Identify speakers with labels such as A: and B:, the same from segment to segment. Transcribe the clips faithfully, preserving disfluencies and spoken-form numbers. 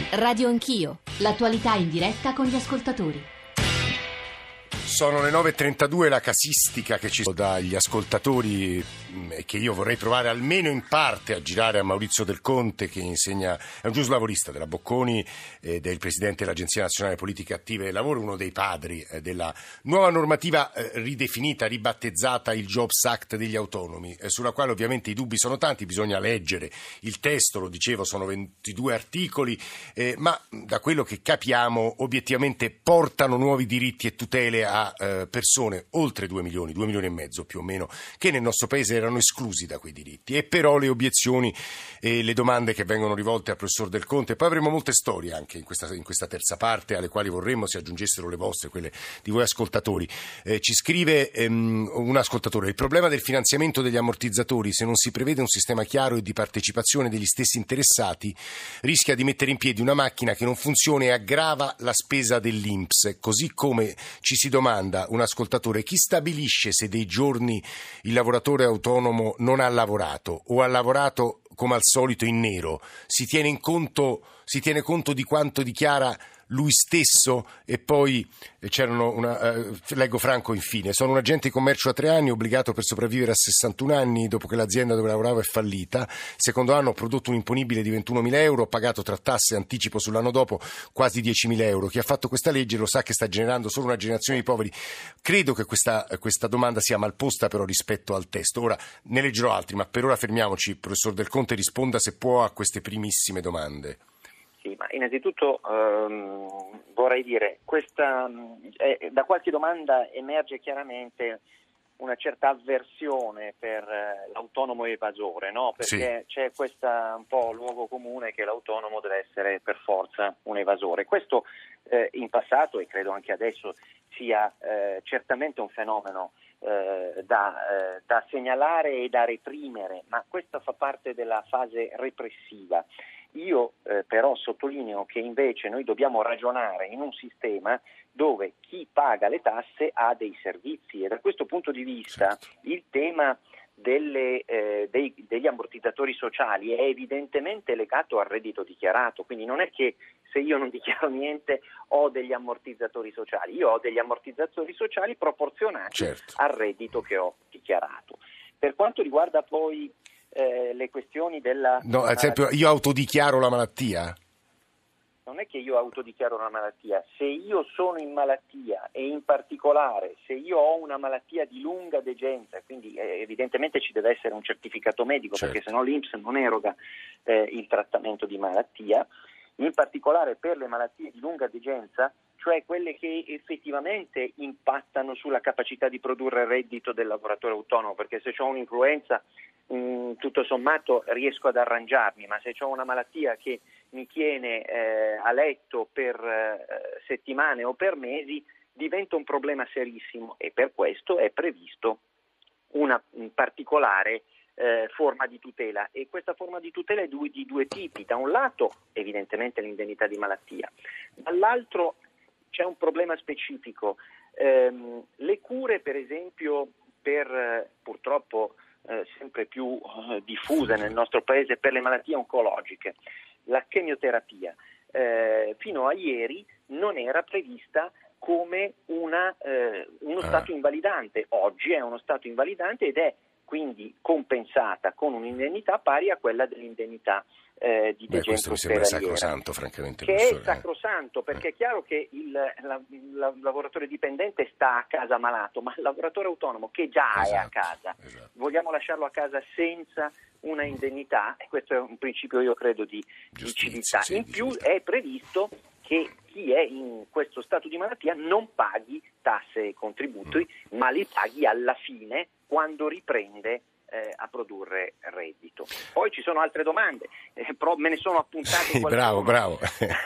A: Radio Anch'io, l'attualità in diretta con gli ascoltatori.
B: Sono le nove e trentadue, la casistica che ci sono dagli ascoltatori e che io vorrei provare almeno in parte a girare a Maurizio Del Conte, che insegna, è un giuslavorista della Bocconi ed è il presidente dell'Agenzia Nazionale Politiche Attive del Lavoro, uno dei padri della nuova normativa ridefinita, ribattezzata il Jobs Act degli autonomi, sulla quale ovviamente i dubbi sono tanti, bisogna leggere il testo, lo dicevo, sono ventidue articoli, eh, ma da quello che capiamo obiettivamente portano nuovi diritti e tutele a a persone oltre due milioni, due milioni e mezzo più o meno, che nel nostro paese erano esclusi da quei diritti. E però le obiezioni e le domande che vengono rivolte al professor Del Conte, poi avremo molte storie anche in questa, in questa terza parte, alle quali vorremmo si aggiungessero le vostre, quelle di voi ascoltatori. Eh, ci scrive ehm, un ascoltatore: il problema del finanziamento degli ammortizzatori, se non si prevede un sistema chiaro e di partecipazione degli stessi interessati, rischia di mettere in piedi una macchina che non funziona e aggrava la spesa dell'I N P S, così come ci si domanda un ascoltatore: chi stabilisce se dei giorni il lavoratore autonomo non ha lavorato o ha lavorato come al solito in nero? Si tiene in conto, si tiene conto di quanto dichiara lui stesso? E poi c'erano una, eh, leggo Franco infine: sono un agente di commercio a tre anni, obbligato per sopravvivere a sessantuno anni dopo che l'azienda dove lavoravo è fallita. Il secondo anno ho prodotto un imponibile di ventunomila euro, ho pagato tra tasse e anticipo sull'anno dopo quasi diecimila euro. Chi ha fatto questa legge lo sa che sta generando solo una generazione di poveri. Credo che questa, questa domanda sia malposta però rispetto al testo. Ora ne leggerò altri, ma per ora fermiamoci. Professor Del Conte, risponda se può a queste primissime domande.
C: Sì, ma innanzitutto ehm, vorrei dire, questa, eh, da qualche domanda emerge chiaramente una certa avversione per eh, l'autonomo evasore, no? Perché sì, c'è questa un po' luogo comune che l'autonomo deve essere per forza un evasore. Questo eh, in passato, e credo anche adesso, sia eh, certamente un fenomeno eh, da, eh, da segnalare e da reprimere, ma questo fa parte della fase repressiva. Io eh, però sottolineo che invece noi dobbiamo ragionare in un sistema dove chi paga le tasse ha dei servizi, e da questo punto di vista certo, il tema delle, eh, dei, degli ammortizzatori sociali è evidentemente legato al reddito dichiarato, quindi non è che se io non dichiaro niente ho degli ammortizzatori sociali, io ho degli ammortizzatori sociali proporzionati certo, al reddito che ho dichiarato. Per quanto riguarda poi Eh, le questioni della...
B: No, ad esempio, io autodichiaro la malattia?
C: Non è che io autodichiaro una malattia. Se io sono in malattia, e in particolare se io ho una malattia di lunga degenza, quindi eh, evidentemente ci deve essere un certificato medico, certo, perché sennò l'I N P S non eroga eh, il trattamento di malattia, in particolare per le malattie di lunga degenza, cioè quelle che effettivamente impattano sulla capacità di produrre reddito del lavoratore autonomo, perché se ho un'influenza mh, tutto sommato riesco ad arrangiarmi, ma se ho una malattia che mi tiene eh, a letto per eh, settimane o per mesi diventa un problema serissimo, e per questo è previsto una un particolare Eh, forma di tutela, e questa forma di tutela è due, di due tipi: da un lato evidentemente l'indennità di malattia, dall'altro c'è un problema specifico, ehm, le cure per esempio per eh, purtroppo eh, sempre più eh, diffuse nel nostro paese per le malattie oncologiche, la chemioterapia eh, fino a ieri non era prevista come una, eh, uno stato invalidante. Oggi è uno stato invalidante ed è quindi compensata con un'indennità pari a quella dell'indennità eh, di degenza ospedaliera. Questo mi sembra
B: sacrosanto, francamente.
C: Che è sacrosanto, perché è chiaro che il, la, la, il lavoratore dipendente sta a casa malato, ma il lavoratore autonomo che già esatto, è a casa, esatto, vogliamo lasciarlo a casa senza una indennità? E questo è un principio, io credo, di, di civiltà. Sì, in di più civiltà. È previsto che chi è in questo stato di malattia non paghi tasse e contributi, mm. ma li paghi alla fine, quando riprende eh, a produrre reddito. Poi ci sono altre domande, eh, però me ne sono appuntate.
B: bravo, bravo.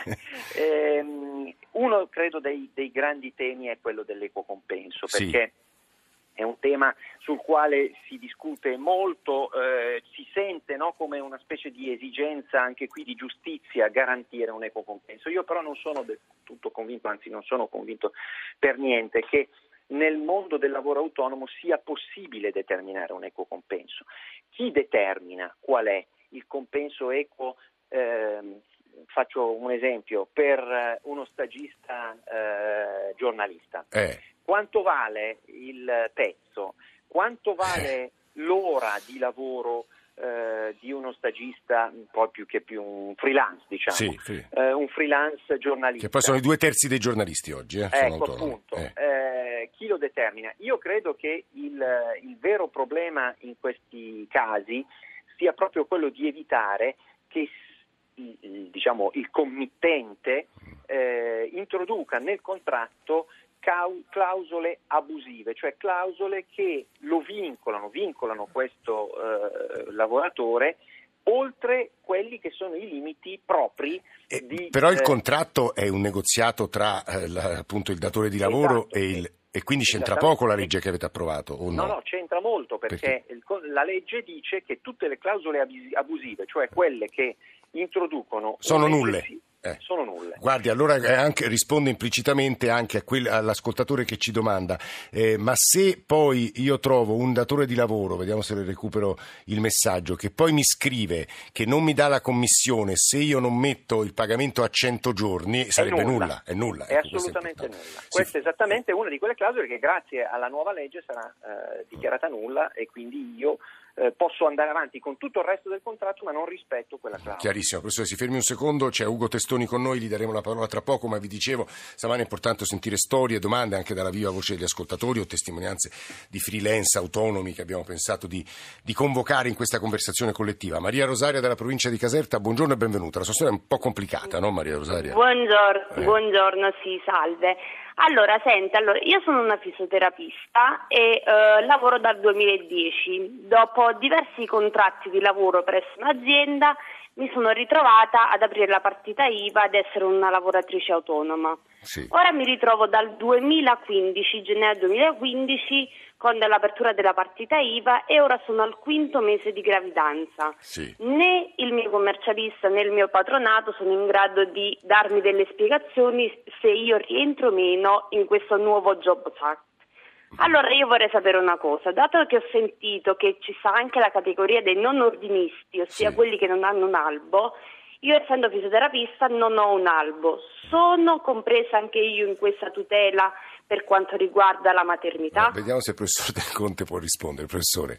C: eh, uno credo dei, dei grandi temi è quello dell'equo compenso, perché sì, è un tema sul quale si discute molto, eh, si sente, no, come una specie di esigenza anche qui di giustizia garantire un equo compenso. Io però non sono del tutto convinto, anzi non sono convinto per niente che nel mondo del lavoro autonomo sia possibile determinare un equo compenso. Chi determina qual è il compenso equo eh, faccio un esempio, per uno stagista eh, giornalista.
B: Eh.
C: Quanto vale il pezzo? Quanto vale eh. l'ora di lavoro eh, di uno stagista, un po' più che più un freelance, diciamo,
B: sì, sì.
C: Eh, un freelance giornalista.
B: Che poi sono i due terzi dei giornalisti oggi, eh, sono
C: ecco,
B: autonomi.
C: appunto.
B: Eh.
C: Eh, chi lo determina? Io credo che il, il vero problema in questi casi sia proprio quello di evitare che il, il, diciamo, il committente eh, introduca nel contratto clausole abusive, cioè clausole che lo vincolano, vincolano questo eh, lavoratore oltre quelli che sono i limiti propri.
B: Eh,
C: di,
B: però il
C: eh,
B: contratto è un negoziato tra eh, la, appunto il datore di lavoro
C: esatto,
B: e il e quindi c'entra poco la legge che avete approvato, o no?
C: No, no, c'entra molto perché, perché? Il, la legge dice che tutte le clausole abusive, cioè quelle che introducono...
B: Sono nulle.
C: Eh. Sono nulle.
B: Guardi, allora anche, risponde implicitamente anche a quel, all'ascoltatore che ci domanda, eh, ma se poi io trovo un datore di lavoro, vediamo se recupero il messaggio, che poi mi scrive che non mi dà la commissione se io non metto il pagamento a cento giorni, sarebbe
C: è nulla.
B: nulla, è nulla.
C: È ecco, assolutamente è nulla. Sì. Questa è esattamente una di quelle clausole che grazie alla nuova legge sarà eh, dichiarata nulla e quindi io Eh, posso andare avanti con tutto il resto del contratto ma non rispetto quella clausola.
B: Chiarissimo, professore, si fermi un secondo, c'è Ugo Testoni con noi, gli daremo la parola tra poco, ma vi dicevo, stamane è importante sentire storie, domande anche dalla viva voce degli ascoltatori o testimonianze di freelance autonomi che abbiamo pensato di, di convocare in questa conversazione collettiva. Maria Rosaria dalla provincia di Caserta, buongiorno e benvenuta. La sua storia è un po' complicata, no Maria Rosaria?
D: Buongiorno,
B: eh.
D: buongiorno, sì, salve. Allora, senti, allora, io sono una fisioterapista e eh, lavoro dal duemiladieci. Dopo diversi contratti di lavoro presso un'azienda mi sono ritrovata ad aprire la partita I V A, ad essere una lavoratrice autonoma.
B: Sì.
D: Ora mi ritrovo dal duemilaquindici, gennaio duemilaquindici, con l'apertura della partita I V A e ora sono al quinto mese di gravidanza.
B: Sì.
D: Né il mio commercialista né il mio patronato sono in grado di darmi delle spiegazioni se io rientro o meno in questo nuovo Jobs Act. Allora io vorrei sapere una cosa, dato che ho sentito che ci sta anche la categoria dei non ordinisti, ossia
B: sì.
D: quelli che non hanno un albo, io essendo fisioterapista non ho un albo, sono compresa anche io in questa tutela per quanto riguarda la maternità?
B: Eh, vediamo se il professor Del Conte può rispondere. Professore?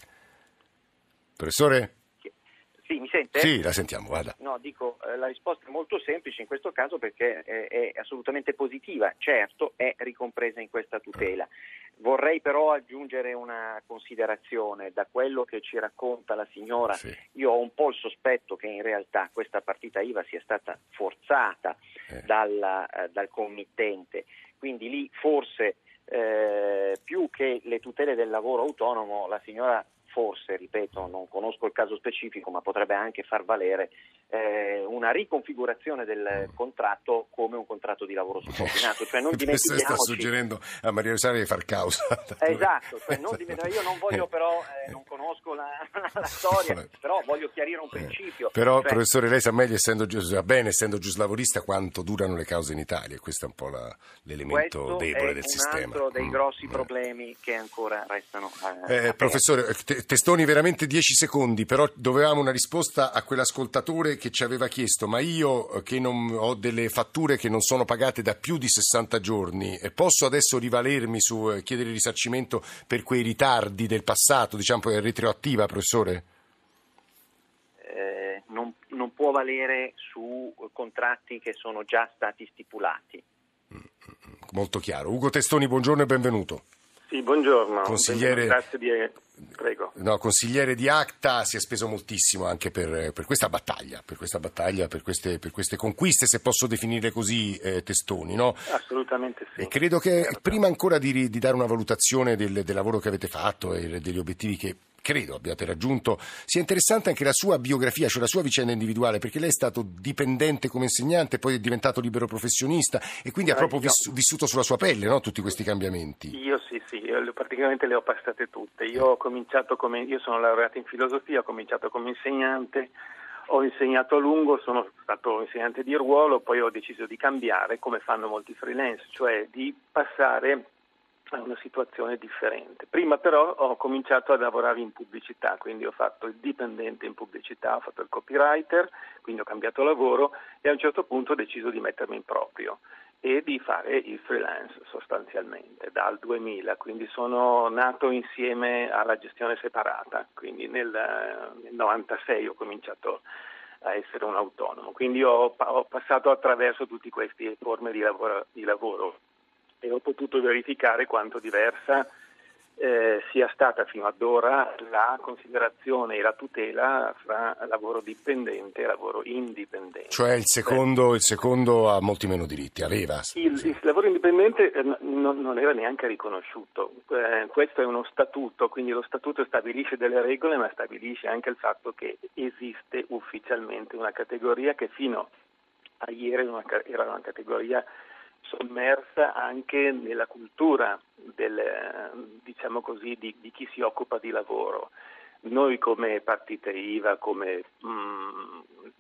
B: Professore?
C: Sì, mi sente?
B: Sì, la sentiamo, vada.
C: No, dico, eh, la risposta è molto semplice in questo caso perché è, è assolutamente positiva, certo è ricompresa in questa tutela. Vorrei però aggiungere una considerazione, da quello che ci racconta la signora, sì. Io ho un po' il sospetto che in realtà questa partita I V A sia stata forzata eh. dal, eh, dal committente, quindi lì forse eh, più che le tutele del lavoro autonomo la signora forse, ripeto, non conosco il caso specifico, ma potrebbe anche far valere eh, una riconfigurazione del contratto come un contratto di lavoro subordinato. Cioè non dimentichiamoci...
B: sta suggerendo a Maria Rosaria di far causa.
C: Esatto, cioè non dimentic- io non voglio però, eh, non conosco la, la storia, però voglio chiarire un principio.
B: Però,
C: cioè...
B: professore, lei sa meglio, essendo sa bene, essendo giuslavorista, quanto durano le cause in Italia. Questo è un po' la, l'elemento
C: Questo
B: debole del
C: sistema.
B: sistema.
C: Questo è un altro dei
B: mm.
C: grossi problemi che ancora restano.
B: Eh, eh, professore, Testoni, veramente dieci secondi, però dovevamo una risposta a quell'ascoltatore che ci aveva chiesto, ma io che non ho delle fatture che non sono pagate da più di sessanta giorni, posso adesso rivalermi su eh, chiedere risarcimento per quei ritardi del passato, diciamo retroattiva, professore?
C: Eh, non, non può valere su contratti che sono già stati stipulati.
B: Molto chiaro. Ugo Testoni, buongiorno e benvenuto.
E: Sì, buongiorno.
B: Consigliere...
E: Grazie di... Prego.
B: No, consigliere di ACTA, si è speso moltissimo anche per, per questa battaglia, per questa battaglia, per queste, per queste conquiste, se posso definirle così, eh, Testoni, no?
E: Assolutamente sì.
B: E credo che
E: certo.
B: prima ancora di, di dare una valutazione del, del lavoro che avete fatto e degli obiettivi che credo abbiate raggiunto, sia interessante anche la sua biografia, cioè la sua vicenda individuale, perché lei è stato dipendente come insegnante, poi è diventato libero professionista e quindi ha proprio
E: io,
B: vis- vissuto sulla sua pelle, no? Tutti questi cambiamenti.
E: Io sì, sì, io praticamente le ho passate tutte. Io ho cominciato come, io sono laureato in filosofia, ho cominciato come insegnante, ho insegnato a lungo, sono stato insegnante di ruolo, poi ho deciso di cambiare, come fanno molti freelance, cioè di passare è una situazione differente. Prima però ho cominciato a lavorare in pubblicità, quindi ho fatto il dipendente in pubblicità, ho fatto il copywriter, quindi ho cambiato lavoro e a un certo punto ho deciso di mettermi in proprio e di fare il freelance sostanzialmente dal duemila, quindi sono nato insieme alla gestione separata, quindi nel, nel novantasei ho cominciato a essere un autonomo, quindi ho, ho passato attraverso tutte queste forme di lavoro, di lavoro e ho potuto verificare quanto diversa eh, sia stata fino ad ora la considerazione e la tutela fra lavoro dipendente e lavoro indipendente.
B: Cioè il secondo, il secondo ha molti meno diritti, aveva.
E: Il, il lavoro indipendente eh, non, non era neanche riconosciuto, eh, questo è uno statuto, quindi lo statuto stabilisce delle regole ma stabilisce anche il fatto che esiste ufficialmente una categoria che fino a ieri era una, era una categoria sommersa anche nella cultura del, diciamo così, di, di chi si occupa di lavoro. Noi come partite I V A, come mh,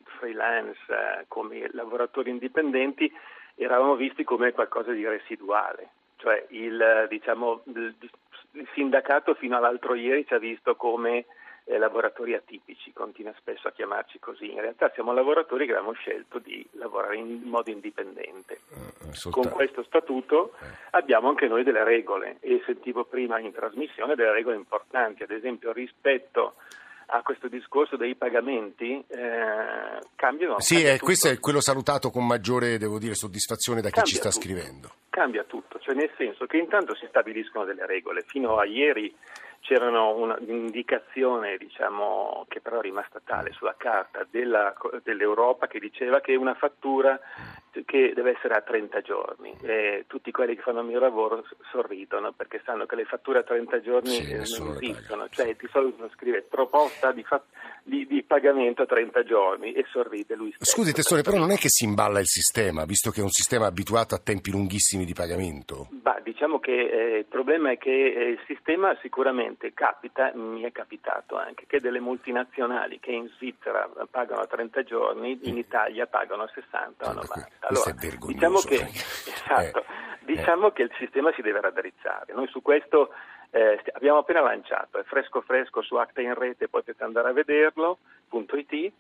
E: freelance, come lavoratori indipendenti eravamo visti come qualcosa di residuale, cioè il, diciamo, il, il sindacato fino all'altro ieri ci ha visto come Eh, lavoratori atipici, continua spesso a chiamarci così. In realtà siamo lavoratori che abbiamo scelto di lavorare in modo indipendente.
B: Eh,
E: Con questo statuto eh. abbiamo anche noi delle regole e sentivo prima in trasmissione delle regole importanti, ad esempio rispetto a questo discorso dei pagamenti eh, cambiano.
B: Sì, eh, questo è quello salutato con maggiore, devo dire, soddisfazione da chi
E: cambia
B: ci sta
E: tutto.
B: scrivendo.
E: Cambia tutto, cioè nel senso che intanto si stabiliscono delle regole. Fino a ieri c'erano un'indicazione, diciamo, che però è rimasta tale sulla carta della, dell'Europa, che diceva che una fattura che deve essere a trenta giorni. E tutti quelli che fanno il mio lavoro sorridono perché sanno che le fatture a trenta giorni
B: sì,
E: eh, non esistono,
B: paga.
E: cioè di solito scrive proposta di, fa- di, di pagamento a trenta giorni e sorride lui stesso.
B: Scusi Testore, però non è che si imballa il sistema, visto che è un sistema abituato a tempi lunghissimi di pagamento?
E: Bah, diciamo che eh, il problema è che eh, il sistema sicuramente capita, mi è capitato anche, che delle multinazionali che in Svizzera pagano a trenta giorni, in Italia pagano a sessanta o novanta. Allora, diciamo che, esatto, eh, diciamo eh. che il sistema si deve raddrizzare. Noi su questo eh, abbiamo appena lanciato, è fresco fresco su Acta in Rete, potete andare a vederlo, punto it, e,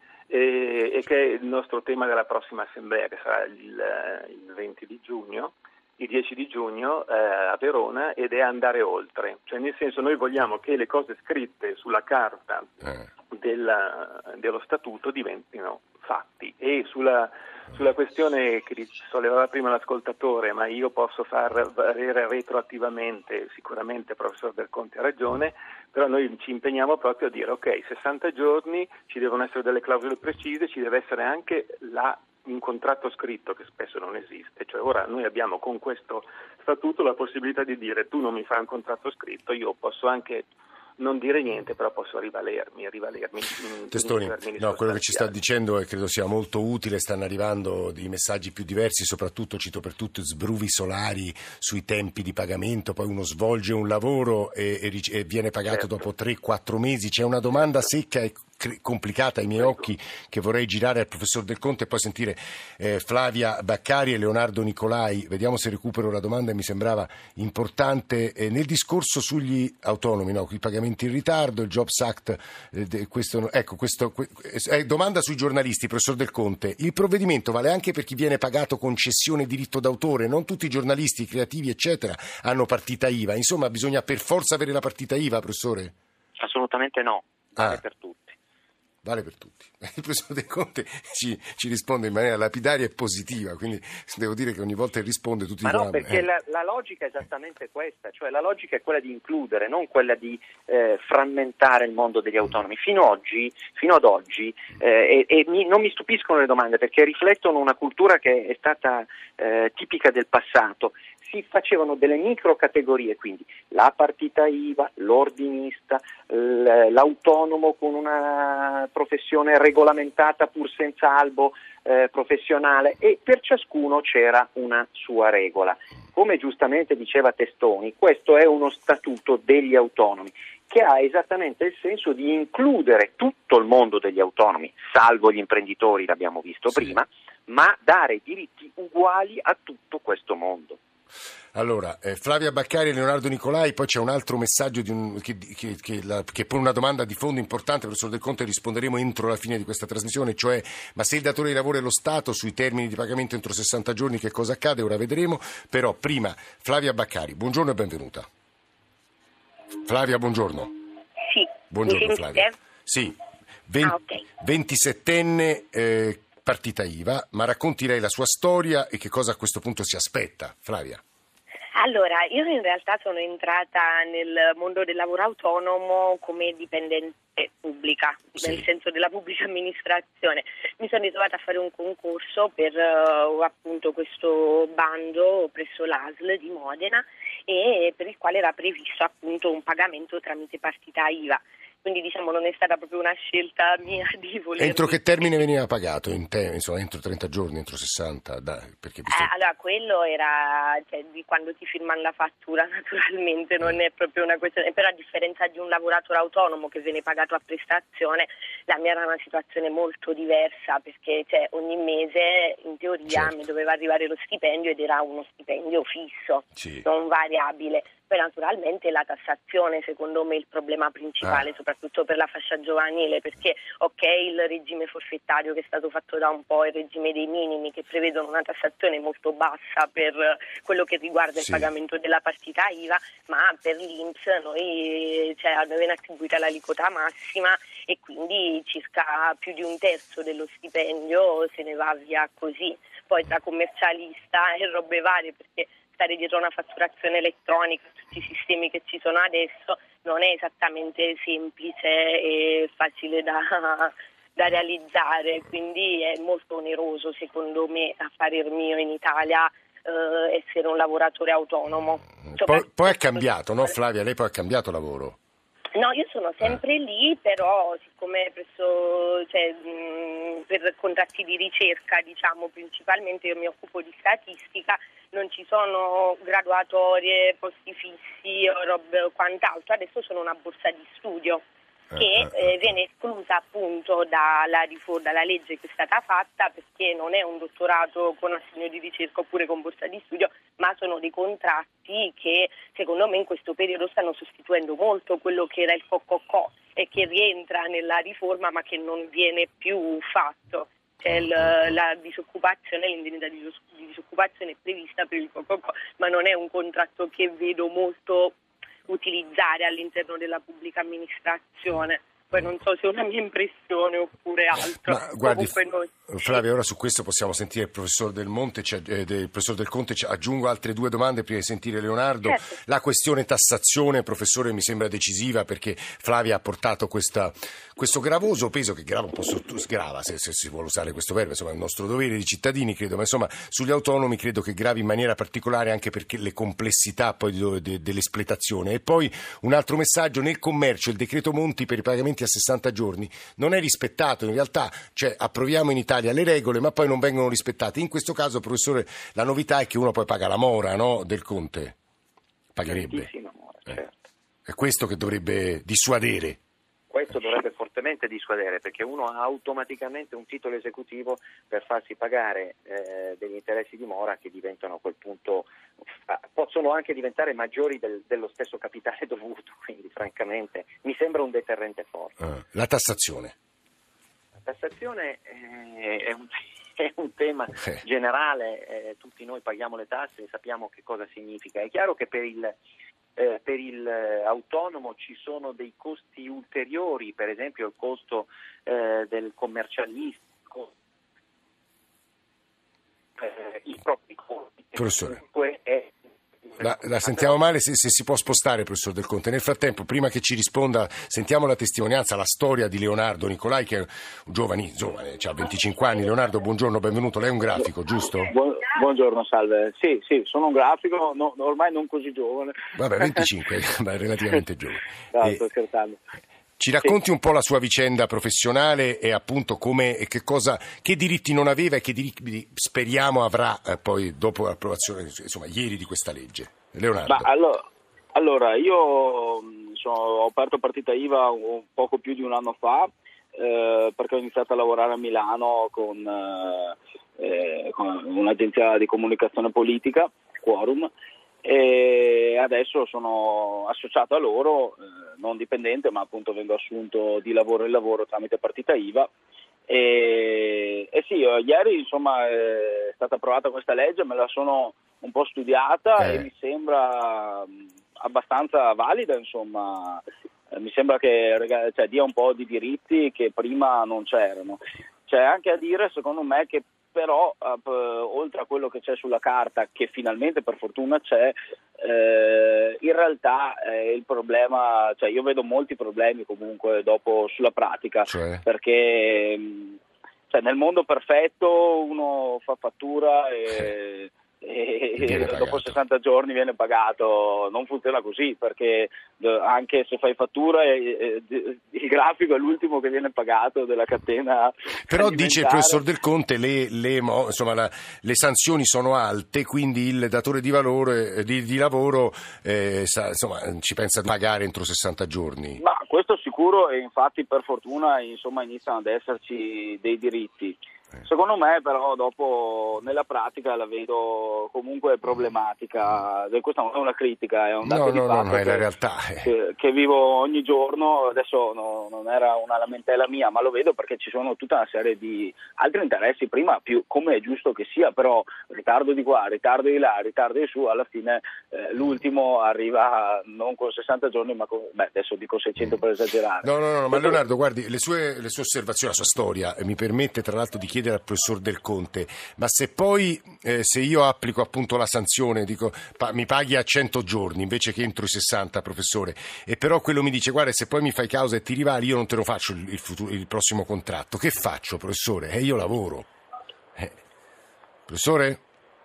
E: e che è il nostro tema della prossima assemblea, che sarà il, il venti di giugno, il dieci di giugno eh, a Verona, ed è andare oltre. Cioè nel senso, noi vogliamo che le cose scritte sulla carta eh. della, dello statuto diventino fatti, e sulla Sulla questione che sollevava prima l'ascoltatore, ma io posso far valere retroattivamente, sicuramente il professor Del Conte ha ragione, però noi ci impegniamo proprio a dire ok, sessanta giorni, ci devono essere delle clausole precise, ci deve essere anche la, un contratto scritto che spesso non esiste, cioè ora noi abbiamo con questo statuto la possibilità di dire tu non mi fai un contratto scritto, io posso anche non dire niente, però posso rivalermi, rivalermi in,
B: Testoni,
E: in
B: no, quello che ci sta dicendo e credo sia molto utile, stanno arrivando dei messaggi più diversi, soprattutto, cito per tutti, sbruvi solari sui tempi di pagamento, poi uno svolge un lavoro e, e, e viene pagato certo. dopo tre quattro mesi. C'è una domanda secca e complicata ai miei occhi che vorrei girare al professor Del Conte e poi sentire eh, Flavia Baccari e Leonardo Nicolai. Vediamo se recupero la domanda, mi sembrava importante. Eh, nel discorso sugli autonomi, no, i pagamenti in ritardo, il Jobs Act, eh, questo, ecco, questo, eh, domanda sui giornalisti, professor Del Conte. Il provvedimento vale anche per chi viene pagato concessione diritto d'autore? Non tutti i giornalisti, creativi, eccetera, hanno partita I V A. Insomma, bisogna per forza avere la partita I V A, professore?
C: Assolutamente no, vale ah. per tutti.
B: Vale per tutti. Il professor Del Conte ci, ci risponde in maniera lapidaria e positiva, quindi devo dire che ogni volta che risponde tutti
C: Ma
B: dicono...
C: no, perché eh. la, la logica è esattamente questa, cioè la logica è quella di includere, non quella di eh, frammentare il mondo degli autonomi. Fino, oggi, fino ad oggi, eh, e, e mi, non mi stupiscono le domande, perché riflettono una cultura che è stata eh, tipica del passato. Si facevano delle micro categorie, quindi la partita I V A, l'ordinista, l'autonomo con una professione regolamentata pur senza albo eh, professionale, e per ciascuno c'era una sua regola. Come giustamente diceva Testoni, questo è uno statuto degli autonomi che ha esattamente il senso di includere tutto il mondo degli autonomi, salvo gli imprenditori, l'abbiamo visto sì. prima, ma dare diritti uguali a tutto questo mondo.
B: Allora, eh, Flavia Baccari e Leonardo Nicolai, poi c'è un altro messaggio di un, che, che, che, la, che pone una domanda di fondo importante, professor Del Conte, risponderemo entro la fine di questa trasmissione, cioè ma se il datore di lavoro è lo Stato, sui termini di pagamento entro sessanta giorni che cosa accade? Ora vedremo, però prima Flavia Baccari, buongiorno e benvenuta. Flavia, buongiorno.
F: Sì,
B: buongiorno Flavia. Sì, venti, ah, okay. ventisettenne, eh, partita I V A, ma racconti lei la sua storia e che cosa a questo punto si aspetta, Flavia.
F: Allora, io in realtà sono entrata nel mondo del lavoro autonomo come dipendente pubblica, sì. nel senso della pubblica amministrazione. Mi sono ritrovata a fare un concorso per uh, appunto questo bando presso l'A S L di Modena e per il quale era previsto appunto un pagamento tramite partita I V A. Quindi diciamo non è stata proprio una scelta mia di voler...
B: Entro che termine veniva pagato? In te, insomma, entro trenta giorni, entro sessanta? Dai, perché visto...
F: eh, allora quello era cioè, di quando ti firmano la fattura, naturalmente non è proprio una questione, però a differenza di un lavoratore autonomo che viene pagato a prestazione, la mia era una situazione molto diversa perché cioè, ogni mese in teoria certo. mi doveva arrivare lo stipendio ed era uno stipendio fisso, sì. non variabile. Poi naturalmente la tassazione secondo me è il problema principale, ah. soprattutto per la fascia giovanile, perché ok il regime forfettario che è stato fatto da un po', il regime dei minimi che prevedono una tassazione molto bassa per quello che riguarda sì. il pagamento della partita I V A, ma per l'I N P S noi cioè, a noi viene attribuita l'aliquota massima e quindi circa più di un terzo dello stipendio se ne va via così. Poi tra commercialista e robe varie, perché stare dietro una fatturazione elettronica, tutti i sistemi che ci sono adesso, non è esattamente semplice e facile da, da realizzare, quindi è molto oneroso secondo me, a parer mio in Italia, eh, essere un lavoratore autonomo.
B: Poi, poi è cambiato, no Flavia? Lei poi ha cambiato lavoro?
F: No, io sono sempre eh. lì, però siccome presso, cioè, mh, per contratti di ricerca, diciamo, principalmente io mi occupo di statistica, non ci sono graduatorie, posti fissi o robe o quant'altro, adesso sono una borsa di studio che eh, viene esclusa appunto dalla riforma, dalla legge che è stata fatta, perché non è un dottorato con assegno di ricerca oppure con borsa di studio, ma sono dei contratti che secondo me in questo periodo stanno sostituendo molto quello che era il co-co-co e che rientra nella riforma ma che non viene più fatto. Cioè il, la disoccupazione, l'indennità di disoccupazione è prevista per il co-co-co, ma non è un contratto che vedo molto utilizzare all'interno della pubblica amministrazione. Poi non so se è una mia impressione oppure altro.
B: Ma guardi, noi... Flavia, ora su questo possiamo sentire il professor Del Monte, cioè, eh, del professor Del Conte. Cioè, aggiungo altre due domande prima di sentire Leonardo. Certo. La questione tassazione, professore, mi sembra decisiva perché Flavia ha portato questa, questo gravoso peso che grava un po' sotto, sgrava, se, se si vuole usare questo verbo, insomma è il nostro dovere di cittadini, credo, ma insomma sugli autonomi credo che gravi in maniera particolare anche perché le complessità poi de, de, dell'espletazione. E poi un altro messaggio: nel commercio il decreto Monti per i pagamenti a sessanta giorni non è rispettato, in realtà cioè approviamo in Italia le regole ma poi non vengono rispettate. In questo caso, professore, la novità è che uno poi paga la mora, no? Del Conte pagherebbe
C: mora,
B: eh.
C: certo.
B: È questo che dovrebbe dissuadere.
C: Questo dovrebbe fortemente dissuadere, perché uno ha automaticamente un titolo esecutivo per farsi pagare eh, degli interessi di mora che diventano a quel punto, eh, possono anche diventare maggiori del, dello stesso capitale dovuto, quindi francamente mi sembra un deterrente forte.
B: Ah, la tassazione.
C: La tassazione eh, è, un, è un tema eh. generale, eh, tutti noi paghiamo le tasse e sappiamo che cosa significa. È chiaro che per il Eh, per il eh, autonomo ci sono dei costi ulteriori, per esempio il costo eh, del commercialistico, eh, i propri costi.
B: Professore,
C: è...
B: la, la sentiamo male, se, se si può spostare, professor Del Conte. Nel frattempo, prima che ci risponda, sentiamo la testimonianza, la storia di Leonardo Nicolai, che è un giovane, giovane, ha venticinque anni. Leonardo, buongiorno, benvenuto. Lei è un grafico, giusto?
G: Buon, buongiorno, salve. Sì, sì, sono un grafico, no, ormai non così giovane.
B: Vabbè, venticinque, ma relativamente giovane.
G: No,
B: e...
G: sto scherzando.
B: Ci racconti un po' la sua vicenda professionale e appunto come e che cosa, che diritti non aveva e che diritti speriamo avrà eh, poi dopo l'approvazione, insomma, ieri di questa legge. Leonardo.
G: Ma allora, allora io sono, ho aperto partita I V A un poco più di un anno fa eh, perché ho iniziato a lavorare a Milano con, eh, con un'agenzia di comunicazione politica Quorum, e adesso sono associato a loro, eh, non dipendente, ma appunto vengo assunto di lavoro in lavoro tramite partita I V A. E, e sì, ieri insomma è stata approvata questa legge, me la sono un po' studiata eh. e mi sembra abbastanza valida, insomma, eh, mi sembra che cioè, dia un po' di diritti che prima non c'erano. C'è anche a dire, secondo me, che però uh, oltre a quello che c'è sulla carta, che finalmente per fortuna c'è, eh, in realtà eh, il problema, cioè io vedo molti problemi comunque dopo sulla pratica, cioè? perché cioè, nel mondo perfetto uno fa fattura e, e, e dopo sessanta giorni viene pagato. Non funziona così, perché anche se fai fattura eh, eh, il grafico è l'ultimo che viene pagato della catena.
B: Però dice il professor Del Conte le, le, insomma, la, le sanzioni sono alte, quindi il datore di, valore, di, di lavoro eh, sa, insomma, ci pensa a pagare entro sessanta giorni.
G: Ma questo sicuro, e infatti per fortuna insomma, iniziano ad esserci dei diritti. Secondo me però dopo nella pratica la vedo comunque problematica. Questa non è una critica, è un dato
B: no,
G: di
B: no,
G: fatto
B: no, no, è
G: che,
B: la realtà.
G: che, che vivo ogni giorno. Adesso no, non era una lamentela mia, ma lo vedo perché ci sono tutta una serie di altri interessi, prima più come è giusto che sia, però ritardo di qua, ritardo di là, ritardo di su, alla fine eh, l'ultimo arriva non con sessanta giorni ma con, beh adesso dico seicento per esagerare.
B: No, no, no, no ma Leonardo guardi, le sue, le sue osservazioni, la sua storia eh, mi permette tra l'altro di chiedere al professor Del Conte, ma se poi eh, se io applico appunto la sanzione, dico pa- mi paghi a cento giorni invece che entro i sessanta, professore, e però quello mi dice guarda se poi mi fai causa e ti rivali io non te lo faccio il, il, futuro, il prossimo contratto, che faccio professore? E eh, io lavoro. Eh. Professore?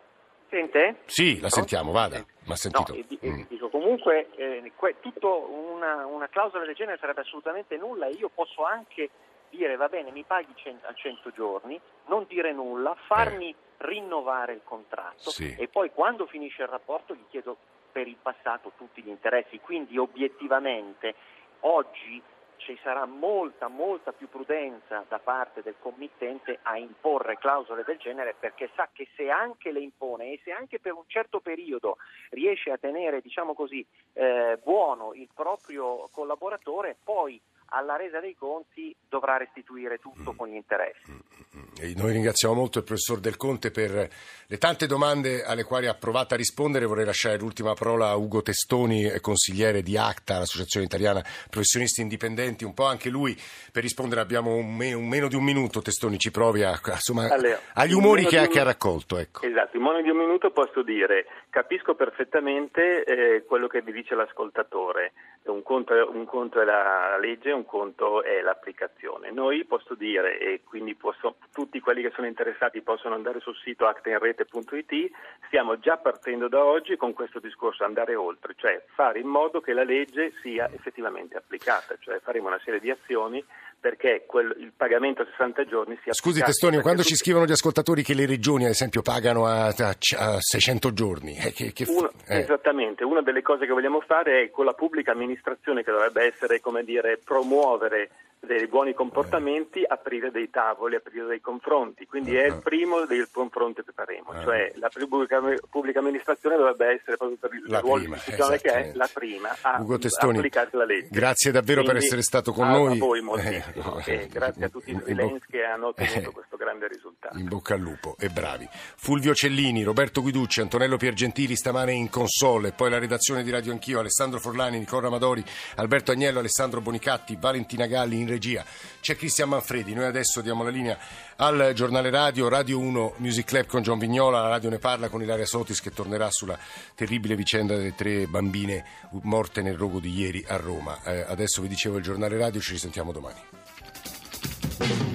C: Sente?
B: Sì, la sentiamo, vada. Ma sentito.
C: No, e, e, dico, comunque eh, que, tutto una, una clausola del genere sarebbe assolutamente nulla, e io posso anche dire va bene, mi paghi a cento giorni, non dire nulla, farmi eh. rinnovare il contratto sì. e poi quando finisce il rapporto gli chiedo per il passato tutti gli interessi. Quindi obiettivamente oggi ci sarà molta molta più prudenza da parte del committente a imporre clausole del genere, perché sa che se anche le impone e se anche per un certo periodo riesce a tenere, diciamo così, eh, buono il proprio collaboratore, poi alla resa dei conti dovrà restituire tutto con gli interessi.
B: E noi ringraziamo molto il professor Del Conte per le tante domande alle quali ha provato a rispondere. Vorrei lasciare l'ultima parola a Ugo Testoni, consigliere di ACTA, l'Associazione Italiana Professionisti Indipendenti. Un po' anche lui per rispondere abbiamo un, me- un meno di un minuto. Testoni, ci provi a, insomma, allora, agli umori che ha, che ha raccolto. Ecco.
E: Esatto, in meno di un minuto posso dire, capisco perfettamente eh, quello che vi dice l'ascoltatore. Un conto, è, un conto è la legge, un conto è l'applicazione. Noi posso dire, e quindi posso, tutti quelli che sono interessati possono andare sul sito acta in rete punto it, stiamo già partendo da oggi con questo discorso, andare oltre, cioè fare in modo che la legge sia effettivamente applicata, cioè faremo una serie di azioni perché quel, il pagamento a sessanta giorni sia
B: Scusi
E: applicato.
B: Testonio, quando
E: tutti...
B: ci scrivono gli ascoltatori che le regioni ad esempio pagano a, a, a seicento giorni eh, che, che
E: Uno,
B: eh.
E: Esattamente, una delle cose che vogliamo fare è con la pubblica amministrazione, che dovrebbe essere, come dire, promuovere dei buoni comportamenti, aprire dei tavoli, aprire dei confronti, quindi è il primo del confronto che faremo, uh-huh. cioè la pubblica, pubblica amministrazione dovrebbe essere proprio per il
B: la
E: ruolo
B: prima,
E: istituzionale che è la prima a,
B: Ugo Testoni,
E: a applicare la legge.
B: Grazie davvero
E: quindi,
B: per essere stato con
E: a,
B: noi.
E: A voi moltissimo eh, e grazie a tutti i freelance bo- che hanno ottenuto eh, questo grande risultato.
B: In bocca al lupo e bravi. Fulvio Cellini, Roberto Guiducci, Antonello Piergentili stamane in console, e poi la redazione di Radio Anch'io, Alessandro Forlani, Nicola Amadori, Alberto Agnello, Alessandro Bonicatti, Valentina Galli in regia. C'è Cristian Manfredi. Noi adesso diamo la linea al giornale radio, Radio uno Music Club con John Vignola, la radio ne parla con Ilaria Sotis che tornerà sulla terribile vicenda delle tre bambine morte nel rogo di ieri a Roma. Eh, adesso vi dicevo il giornale radio, ci risentiamo domani.